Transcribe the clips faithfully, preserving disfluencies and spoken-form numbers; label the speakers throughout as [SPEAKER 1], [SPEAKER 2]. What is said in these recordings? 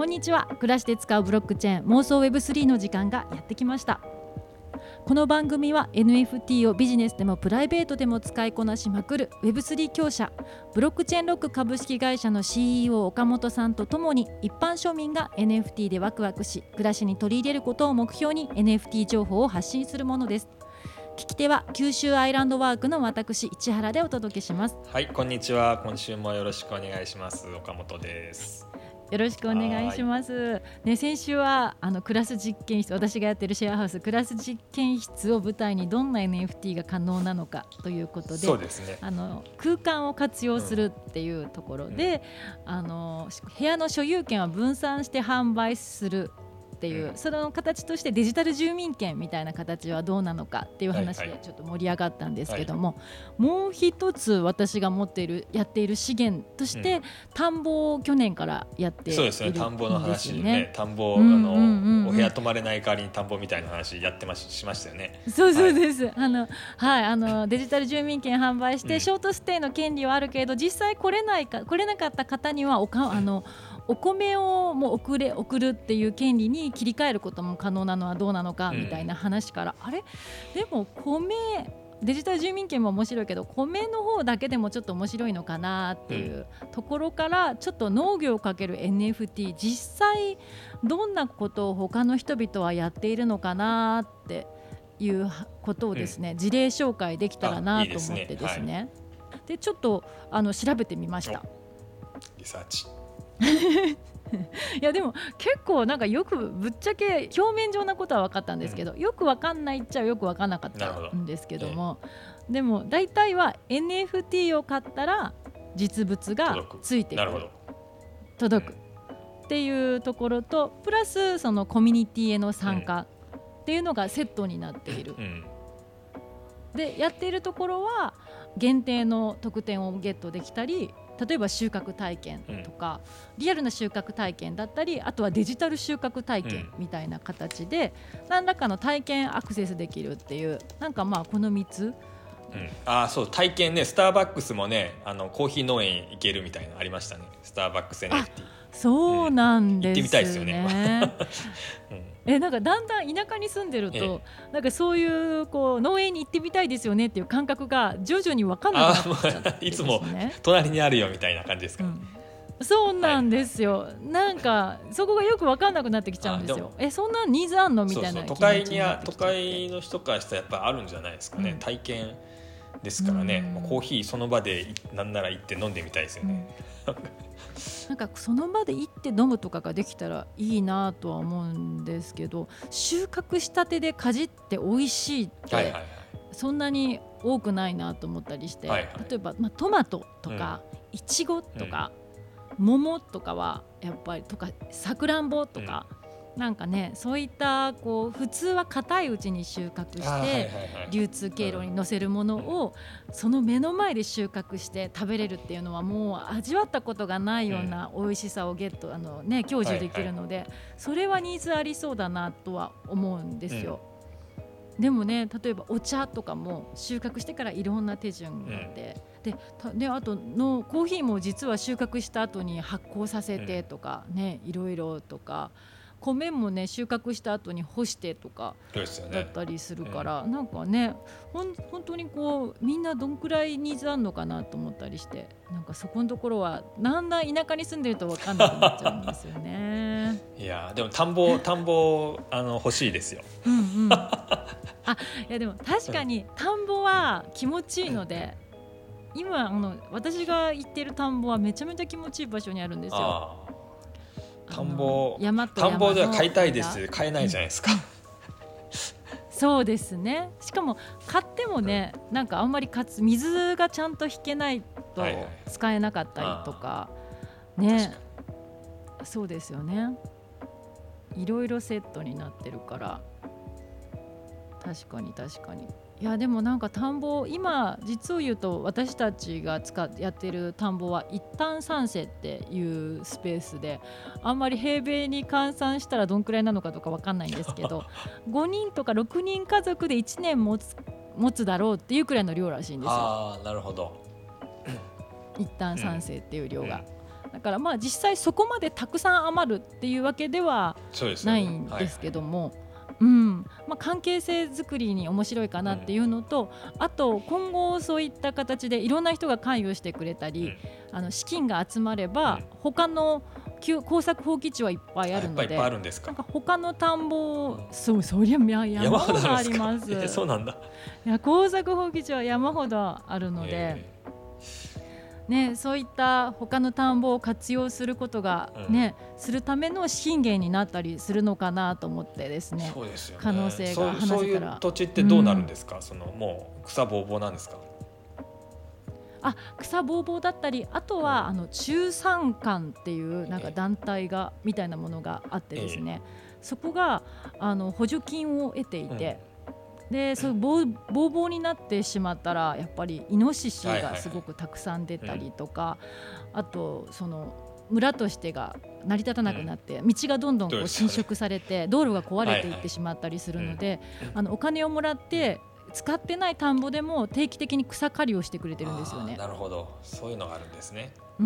[SPEAKER 1] こんにちは。暮らしで使うブロックチェーン妄想 ウェブスリー の時間がやってきました。この番組は エヌエフティー をビジネスでもプライベートでも使いこなしまくる ウェブスリー 強者ブロックチェーンロック株式会社の シーイーオー 岡本さんとともに、一般庶民が エヌエフティー でワクワクし暮らしに取り入れることを目標に エヌエフティー 情報を発信するものです。聞き手は九州アイランドワークの私市原でお届けします。
[SPEAKER 2] はい、こんにちは。今週もよろしくお願いします。岡本です。
[SPEAKER 1] よろしくお願いします、ね、先週はあのクラス実験室、私がやっているシェアハウスクラス実験室を舞台にどんな エヌエフティー が可能なのかということで、
[SPEAKER 2] そうですね、
[SPEAKER 1] あの空間を活用するっていうところで、うん、あの部屋の所有権は分散して販売するっていう、うん、その形としてデジタル住民権みたいな形はどうなのかっていう話でちょっと盛り上がったんですけども、はいはい、もう一つ私が持っているやっている資源として、うん、田んぼを去年からやっているんですよね。
[SPEAKER 2] そうですね、田んぼの話ね、田んぼ、うんうんうんうん、お部屋泊まれない代わりに田んぼみたいな話やってま し, しましたよね。
[SPEAKER 1] そうそうです、はい、あのはい、あのデジタル住民権販売して、うん、ショートステイの権利はあるけれど実際来れないか来れなかった方にはおかあのお米をもう送れ送るっていう権利に切り替えることも可能なのはどうなのかみたいな話から、うん、あれでも米デジタル住民権も面白いけど米の方だけでもちょっと面白いのかなっていうところから、ちょっと農業をかける エヌエフティー 実際どんなことを他の人々はやっているのかなっていうことをですね、うん、事例紹介できたらなと思ってですね、はい、でちょっとあの調べてみました。
[SPEAKER 2] リサーチ
[SPEAKER 1] いやでも結構なんかよくぶっちゃけ表面上なことは分かったんですけど、うん、よく分かんないっちゃよく分かんなかったんですけども、えー、でも大体は エヌエフティー を買ったら実物がついてくる、届くっていうところと、プラスそのコミュニティへの参加っていうのがセットになっている、うん、でやっているところは限定の特典をゲットできたり、例えば収穫体験とか、うん、リアルな収穫体験だったり、あとはデジタル収穫体験みたいな形で、うん、何らかの体験アクセスできるっていう、なんかまあこのみっつ、
[SPEAKER 2] うん、あそう体験ね、スターバックスもね、あのコーヒー農園行けるみたいなのありましたね。スターバックス エヌエフティー、
[SPEAKER 1] そうなんですね、うん、行ってみたいですよ
[SPEAKER 2] ね、
[SPEAKER 1] うん、えなんかだんだん田舎に住んでると、ええ、なんかそういうこう農園に行ってみたいですよねっていう感覚が徐々に分かんなくなってきちゃって、ね、
[SPEAKER 2] いつも隣にあるよみたいな感じですか、ね、
[SPEAKER 1] うん、そうなんですよ、はい、なんかそこがよく分かんなくなってきちゃうんですよ。えそんなニーズあんのみたいな気持ちになってきちゃって、
[SPEAKER 2] 都会の人からしたらやっぱあるんじゃないですかね、うん、体験ですからね、うん、コーヒーその場でなんなら行って飲んでみたいですよね、うん、
[SPEAKER 1] なんかその場で行って飲むとかができたらいいなとは思うんですけど、収穫したてでかじって美味しいって、はいはいはい、そんなに多くないなと思ったりして、はいはい、例えば、まあ、トマトとかいちごとか、うん、桃とかはやっぱりとかさくらんぼとか、うん、なんかね、そういったこう普通は硬いうちに収穫して流通経路に乗せるものをその目の前で収穫して食べれるっていうのは、もう味わったことがないような美味しさをゲットあの、ね、享受できるので、それはニーズありそうだなとは思うんですよ。でもね、例えばお茶とかも収穫してからいろんな手順があって、うん、で, であとのコーヒーも実は収穫した後に発酵させてとかね、いろいろとか、米もね収穫した後に干してとかだったりするから、ね、うん、なんかねほん本当にこうみんなどんくらいニーズあんのかなと思ったりして、なんかそこのところはなんだ田舎に住んでると分かんなくなっちゃうんですよね。
[SPEAKER 2] いやでも田んぼ田んぼあの欲しいですよ。
[SPEAKER 1] うんうん、あいやでも確かに田んぼは気持ちいいので、今あの私が行ってる田んぼはめちゃめちゃ気持ちいい場所にあるんですよ。
[SPEAKER 2] 田んぼ山と山田んぼでは買いたいです買えないじゃないですか、うん、
[SPEAKER 1] そうですね。しかも買ってもね、なんかあんまりかつ水がちゃんと引けないと使えなかったりとか、はいはい、ね、そうですよね。いろいろセットになってるから、確かに確かに。いやでもなんか田んぼ、今実を言うと私たちが使っやってる田んぼは一旦三世っていうスペースで、あんまり平米に換算したらどんくらいなのかとか分かんないんですけどごにんとかろくにん家族でいちねん持つ、持つだろうっていうくらいの量らしいんですよ。
[SPEAKER 2] あーなるほど。
[SPEAKER 1] 一旦三世っていう量が、 だからまあ実際そこまでたくさん余るっていうわけではないんですけども、うんまあ、関係性作りに面白いかなっていうのと、うん、あと今後そういった形でいろんな人が関与してくれたり、うん、あの資金が集まれば、うん、他の耕作放棄地はいっぱいあるので、
[SPEAKER 2] いっぱいあるんですか。
[SPEAKER 1] なんか他の田んぼ、うん、そうそりゃ山ほどあります。
[SPEAKER 2] えそうなんだ。
[SPEAKER 1] いや耕作放棄地は山ほどあるので、ね、そういった他の田んぼを活用することが、ねうん、するための資金源になったりするのかなと思ってですね。
[SPEAKER 2] そうですよね。
[SPEAKER 1] 可能性が話せたら。
[SPEAKER 2] そういう土地ってどうなるんですか、うん、そのもう草ぼうぼうなんですか。
[SPEAKER 1] あ草ぼうぼうだったり、あとはあの中山間っていうなんか団体がみたいなものがあってですね、えー、そこがあの補助金を得ていて、うん、でそうボーボーボーになってしまったらやっぱりイノシシがすごくたくさん出たりとか、あとその村としてが成り立たなくなって、うん、道がどんどんこう侵食されて道路が壊れていってしまったりするので、あのお金をもらって使ってない田んぼでも定期的に草刈りをしてくれてるんですよね。
[SPEAKER 2] なるほど、そういうのがあるんですね。
[SPEAKER 1] うん、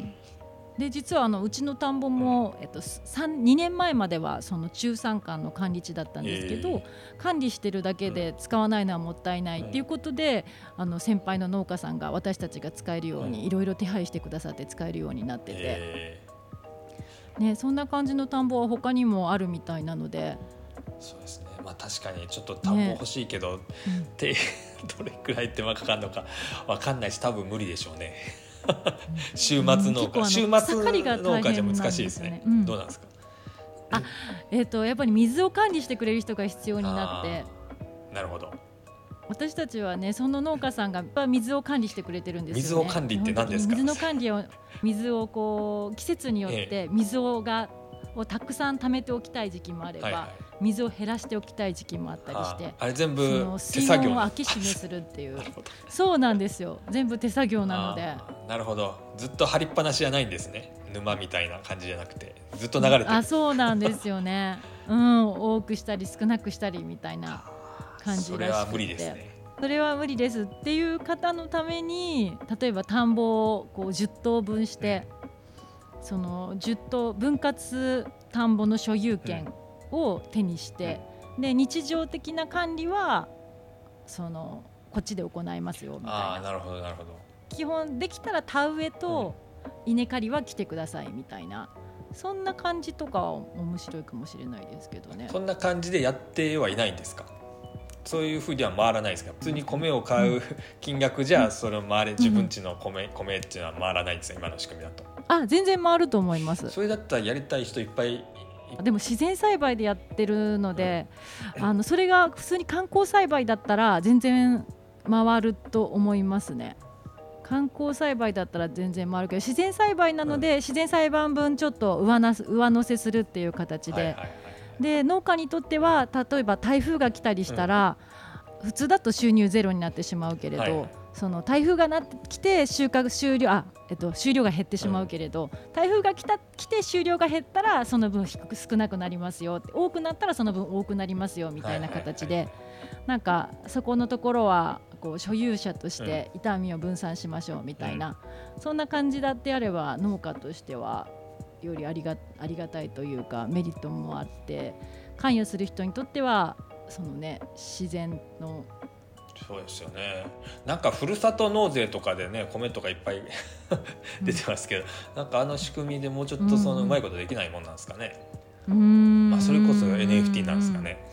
[SPEAKER 1] で実はあのうちの田んぼも、えっと、にねんまえまではその中山間の管理地だったんですけど、えー、管理してるだけで使わないのはもったいないっていうことで、うん、あの先輩の農家さんが私たちが使えるようにいろいろ手配してくださって使えるようになってて、えーね、そんな感じの田んぼは他にもあるみたいなので。
[SPEAKER 2] そうですね、まあ、確かにちょっと田んぼ欲しいけど、ねうん、どれくらい手間かかるのか分かんないし多分無理でしょうね週末農家、うん、週末農家じゃ難しいですね、うん、どうなんですか。
[SPEAKER 1] あ、えーと、やっぱり水を管理してくれる人が必要になって。
[SPEAKER 2] なるほど。
[SPEAKER 1] 私たちはね、その農家さんが水を管理してくれてるんですよね。
[SPEAKER 2] 水を管理って何ですか。
[SPEAKER 1] 水の管理を水をこう季節によって水をがをたくさん貯めておきたい時期もあれば、はいはい、水を減らしておきたい時期もあったりして、
[SPEAKER 2] あれ全部手
[SPEAKER 1] 作業、水温を開け閉めするっていうそうなんですよ、全部手作業なので。
[SPEAKER 2] なるほど、ずっと張りっぱなしじゃないんですね。沼みたいな感じじゃなくてずっと流れてる。
[SPEAKER 1] あ、そうなんですよね、うん、多くしたり少なくしたりみたいな感じらしくて、それは無理ですね。それは無理ですっていう方のために、例えば田んぼをこうじゅっとうぶんして、うん、そのじゅっとう分割田んぼの所有権を手にして、うん、で日常的な管理はそのこっちで行いますよみたいな。
[SPEAKER 2] あ、なるほどなるほど。
[SPEAKER 1] 基本できたら田植えと稲刈りは来てくださいみたいな、そんな感じとかは面白いかもしれないですけどね。
[SPEAKER 2] そんな感じでやってはいないんですか。そういうふうには回らないですか。普通に米を買う金額じゃ、うん、それを回れ自分家の 米,、うん、米っていうのは回らないんですよ、今の仕組みだと。
[SPEAKER 1] あ、全然回ると思います。
[SPEAKER 2] それだったらやりたい人いっぱい。
[SPEAKER 1] でも自然栽培でやってるので、うん、あのそれが普通に観光栽培だったら全然回ると思いますね。観光栽培だったら全然回るけど、自然栽培なので、うん、自然栽培分ちょっと上な上乗せするっていう形で、はいはいはい、で農家にとっては例えば台風が来たりしたら、うん、普通だと収入ゼロになってしまうけれど、はいはい、その台風がなってきて収穫収量あ、えっと、収量が減ってしまうけれど、うん、台風が来た来て収量が減ったらその分低く少なくなりますよ、多くなったらその分多くなりますよみたいな形で、はいはいはい、なんかそこのところはこう所有者として痛みを分散しましょうみたいな、うん、そんな感じだってあれば農家としてはよりありが、ありがたいというかメリットもあって、関与する人にとってはその、ね、自然の
[SPEAKER 2] そうですよね。なんかふるさと納税とかでね米とかいっぱい出てますけど、うん、なんかあの仕組みでもうちょっとそのうまいことできないもんなんですかね。うん、まあ、それこそ エヌエフティー なんですかね。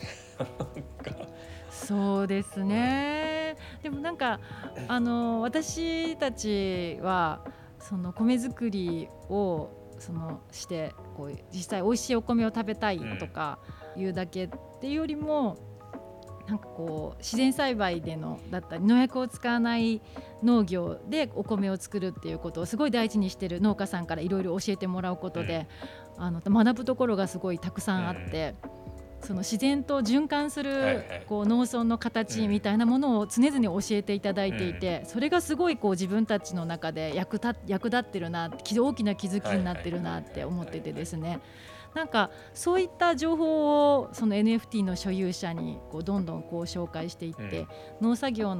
[SPEAKER 1] そうですね。でもなんかあの私たちはその米作りをそのしてこう実際美味しいお米を食べたいとかいうだけっていうよりも、なんかこう自然栽培でのだったり農薬を使わない農業でお米を作るっていうことをすごい大事にしてる農家さんからいろいろ教えてもらうことで、あの学ぶところがすごいたくさんあって、その自然と循環するこう農村の形みたいなものを常々教えていただいていて、それがすごいこう自分たちの中で役立、役立ってるな、大きな気づきになってるなって思っててですね、なんかそういった情報をその エヌエフティー の所有者にこうどんどんこう紹介していって、農作業の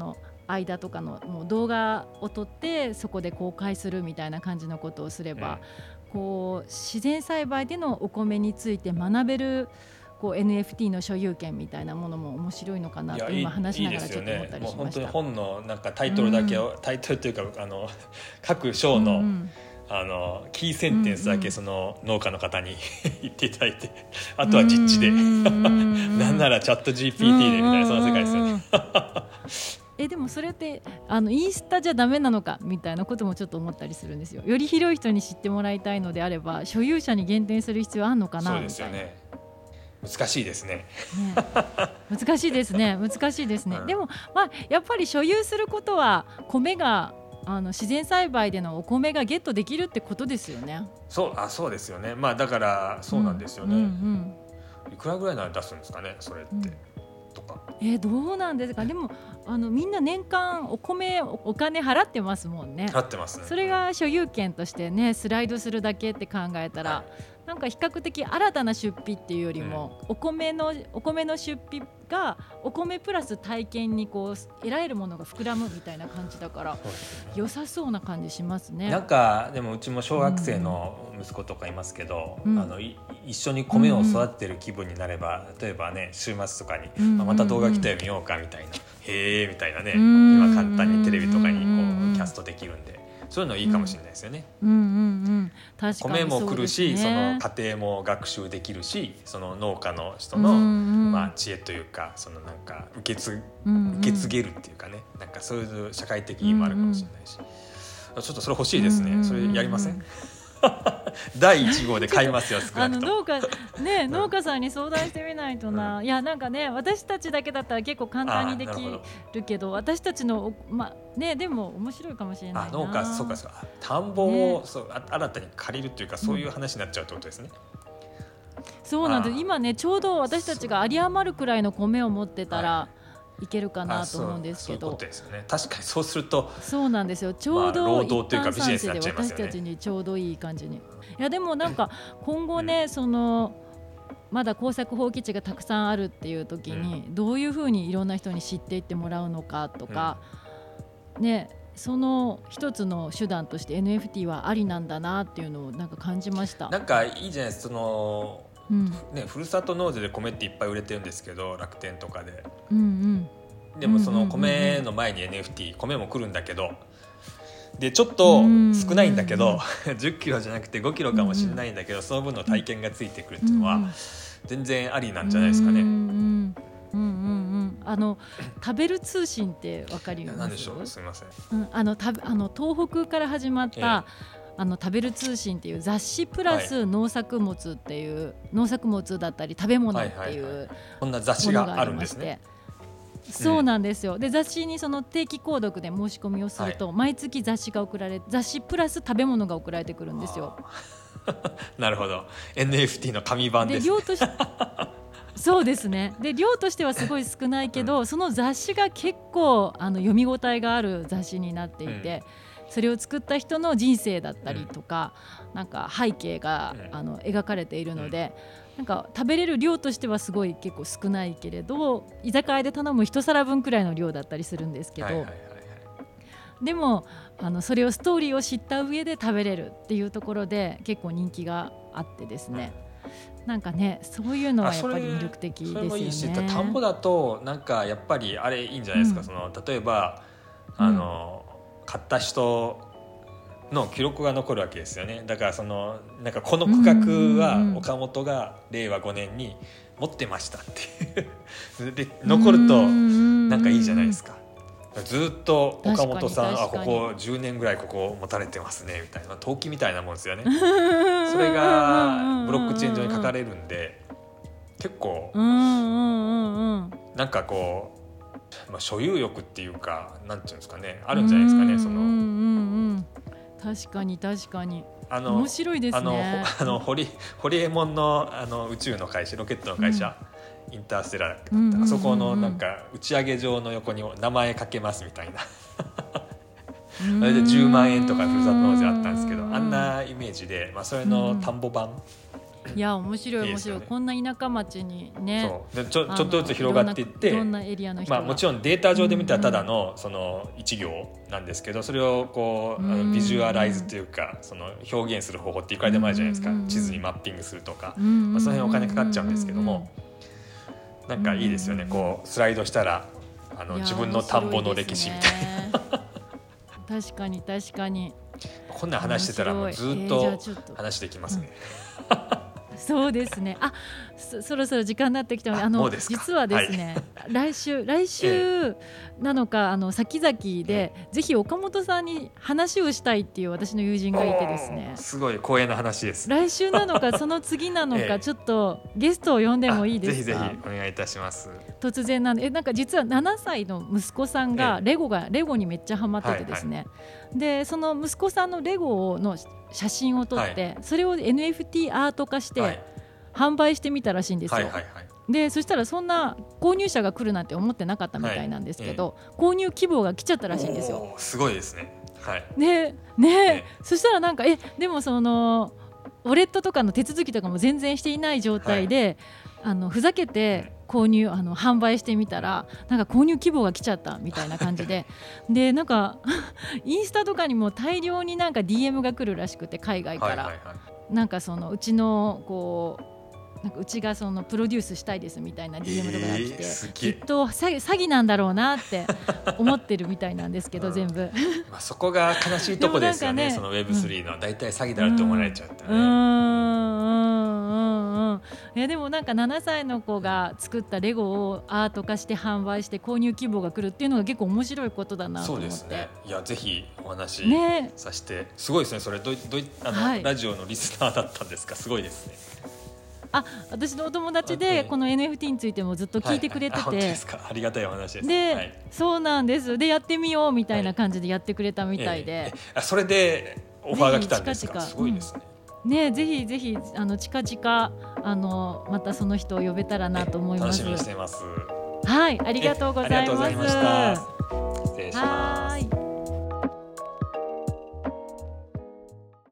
[SPEAKER 1] 間とかのもう動画を撮ってそこで公開するみたいな感じのことをすれば、うん、こう自然栽培でのお米について学べるこう エヌエフティー の所有権みたいなものも面白いのかなと今話しながらちょっと思ったりしました。
[SPEAKER 2] いいですよね。もう本当に本のなんかタイトルだけを、うん、タイトルというかあの各章の、うん、あのキーセンテンスだけその農家の方に言っていただいて、あとは実地でなんならチャット ジーピーティー でみたいなその世界ですよね。
[SPEAKER 1] えでもそれってあのインスタじゃダメなのかみたいなこともちょっと思ったりするんですよ。より広い人に知ってもらいたいのであれば所有者に限定する必要あるのかなみたいな。そうですよね。
[SPEAKER 2] 難しいですね。
[SPEAKER 1] ね難しいですね難しいですね、うん、でも、まあ、やっぱり所有することは米があの自然栽培でのお米がゲットできるってことですよね。
[SPEAKER 2] そうあそうですよね。まあだからそうなんですよね、うんうんうん、いくらぐらいなら出すんですかねそれって、うん、とか
[SPEAKER 1] えー、どうなんですか。でもあのみんな年間お米 お, お金払ってますもんね。
[SPEAKER 2] 払ってます、ね、
[SPEAKER 1] それが所有権としてねスライドするだけって考えたら、はい、なんか比較的新たな出費っていうよりも、うん、お米のお米の出費がお米プラス体験にこう得られるものが膨らむみたいな感じだから、ね、良さそうな感じしますね。
[SPEAKER 2] なんかでもうちも小学生の息子とかいますけど、うん、あのい一緒に米を育ててる気分になれば、うん、例えばね週末とかに、うんまあ、また動画来たよ見ようかみたいな、へーみたいなね、今簡単にテレビとかにこうキャストできるんでそういうのいいかもしれないですよね、
[SPEAKER 1] うんうんうん、確かにそうですね。
[SPEAKER 2] 米も来るしその家庭も学習できるしその農家の人の、うんうんまあ、知恵というかそのなんか受け継、うんうん、受け継げるっていうかねなんかそういう社会的意味もあるかもしれないし、うんうん、ちょっとそれ欲しいですね、うんうん、それやりませんだいいち号で買いますよ少なくとも。
[SPEAKER 1] あの農家、ね、農家さんに相談してみないとな、うん、いやなんかね私たちだけだったら結構簡単にできるけど私たちの、まね、でも面白いかもしれないな。
[SPEAKER 2] あ農家そうかそうか田んぼを、ね、そう新たに借りるというかそういう話になっちゃうってことですね、
[SPEAKER 1] うん、そうなんです。今ねちょうど私たちが有り余るくらいの米を持ってたらいけるかなと思うんですけど、
[SPEAKER 2] そうそういうことですよね。確かにそうすると
[SPEAKER 1] そうなんですよちょうど、まあ、労働というかビジネスになっちゃいますよね。私たちにちょうどいい感じに。いやでもなんか今後ね、うん、そのまだ耕作放棄地がたくさんあるっていう時に、うん、どういうふうにいろんな人に知っていってもらうのかとか、うん、ねその一つの手段として エヌエフティー はありなんだなっていうのをなんか感じました。
[SPEAKER 2] なんかいいじゃないですかそのうんね、ふるさと納税で米っていっぱい売れてるんですけど楽天とかで、うんうん、でもその米の前に エヌエフティー 米も来るんだけどでちょっと少ないんだけど、うんうん、じゅっキロじゃなくてごキロかもしれないんだけど、うんうん、その分の体験がついてくるっていうのは全然ありなんじゃないですかね。うんうんうんうんうん、
[SPEAKER 1] あの食べる通信って分かります？
[SPEAKER 2] 何でしょうすみません、
[SPEAKER 1] うん、あのたあの東北から始まった、えーあの食べる通信っていう雑誌プラス農作物っていう、はい、農作物だったり食べ物っていう、はいはいはい、
[SPEAKER 2] こんな雑誌があるんですね。
[SPEAKER 1] そうなんですよ。で雑誌にその定期購読で申し込みをすると、はい、毎月雑誌が送られ雑誌プラス食べ物が送られてくるんですよ。
[SPEAKER 2] なるほど エヌエフティー の紙版です、ね、
[SPEAKER 1] で量としそうですね。で量としてはすごい少ないけど、うん、その雑誌が結構あの読み応えがある雑誌になっていて、うん、それを作った人の人生だったりとか、うん、なんか背景が、うん、あの描かれているので、うん、なんか食べれる量としてはすごい結構少ないけれど居酒屋で頼む一皿分くらいの量だったりするんですけど、はいはいはいはい、でもあのそれをストーリーを知った上で食べれるっていうところで結構人気があってですね、うん、なんかねそういうのはやっぱり魅力的ですよね。それもいいし
[SPEAKER 2] 田んぼだとなんかやっぱりあれいいんじゃないですか、うん、その例えばあの、うん、買った人の記録が残るわけですよね。だからそのなんかこの区画は岡本がれいわごねんに持ってましたっていうで残るとなんかいいじゃないですか。ずっと岡本さんあここじゅうねんぐらいここ持たれてますねみたいな登記みたいなもんですよね。それがブロックチェーン上に書かれるんで結構なんかこう、まあ、所有欲っていうかなんていうんですかねあるんじゃないですかね。その
[SPEAKER 1] 確かに確かにあの面白いですね。
[SPEAKER 2] あのホリホリエモン の, あの宇宙の会社ロケットの会社、うん、インターステラーだった、うんうんうんうん、あそこのなんか打ち上げ場の横に名前書けますみたいなそれでじゅうまんえんとかふるさと納税あったんですけどあんなイメージで、まあ、それの田んぼ版
[SPEAKER 1] いや面白い面白い、いいですよね、こんな田舎町にね、
[SPEAKER 2] そうでちょ、ちょっとずつ広がっていって、
[SPEAKER 1] どんなエリアの人が、
[SPEAKER 2] まあ、もちろんデータ上で見たらただのその一行なんですけど、それをこうあのビジュアライズというか、その表現する方法っていくらでもあるじゃないですか、地図にマッピングするとか、まあ、その辺お金かかっちゃうんですけども、なんかいいですよね、こうスライドしたらあの自分の田んぼの歴史みたいな
[SPEAKER 1] 確かに確かに、
[SPEAKER 2] こんな話してたらもうずっと話できますね、えー
[SPEAKER 1] うん、そうですね。あ そ, そろそろ時間になってきたので、あの実はですね、はい、来週来週なのか、あの先々で、えー、ぜひ岡本さんに話をしたいっていう私の友人がいてですね、
[SPEAKER 2] すごい光栄な話です。
[SPEAKER 1] 来週なのかその次なのか、えー、ちょっとゲストを呼んでもいいですか。
[SPEAKER 2] ぜひぜひお願いいたします。
[SPEAKER 1] 突然なんで、えなんか実はななさいの息子さんがレゴが、えー、レゴにめっちゃハマっててですね、はいはい、でその息子さんのレゴの写真を撮って、はい、それを エヌエフティー アート化して、はい、販売してみたらしいんですよ、はいはいはい、でそしたらそんな購入者が来るなんて思ってなかったみたいなんですけど、はいえー、購入希望が来ちゃったらしいんですよ。
[SPEAKER 2] すごいですね、はい、
[SPEAKER 1] ねね、えー、そしたらなんかえでもそのウォレットとかの手続きとかも全然していない状態で、はい、あのふざけて購入あの販売してみたらなんか購入希望が来ちゃったみたいな感じででなんかインスタとかにも大量になんか ディーエム が来るらしくて、海外から、はいはいはい、なんかそのうちのこうなんかうちがそのプロデュースしたいですみたいな ディーエム とかが来て、えー、きっと詐欺、詐欺なんだろうなって思ってるみたいなんですけど、うん、全部
[SPEAKER 2] まあそこが悲しいとこですよ ね, ねその ウェブスリー のだいたい詐欺だろうと思われちゃったね。
[SPEAKER 1] うんうんうんうん、いやでもなんかななさいの子が作ったレゴをアート化して販売して購入希望が来るっていうのが結構面白いことだなと思って。
[SPEAKER 2] そうですね、いやぜひお話させて、ね、すごいですねそれ。どどあの、はい、ラジオのリスナーだったんですか。すごいですね。
[SPEAKER 1] あ私のお友達でこの エヌエフティー についてもずっと聞いてくれてて、はいはい、あ、本当
[SPEAKER 2] ですか。ありがたいお話です。
[SPEAKER 1] で、
[SPEAKER 2] はい、
[SPEAKER 1] そうなんです。でやってみようみたいな感じでやってくれたみたいで、はい、
[SPEAKER 2] えー、あそれでオファーが来たんですか。すごいですね、
[SPEAKER 1] うん、ねぜひぜひあの近々あのまたその人を呼べたらなと思います。
[SPEAKER 2] 楽しみにしています。
[SPEAKER 1] はい、ありがとうございます。
[SPEAKER 2] ありがとうございました。失礼します。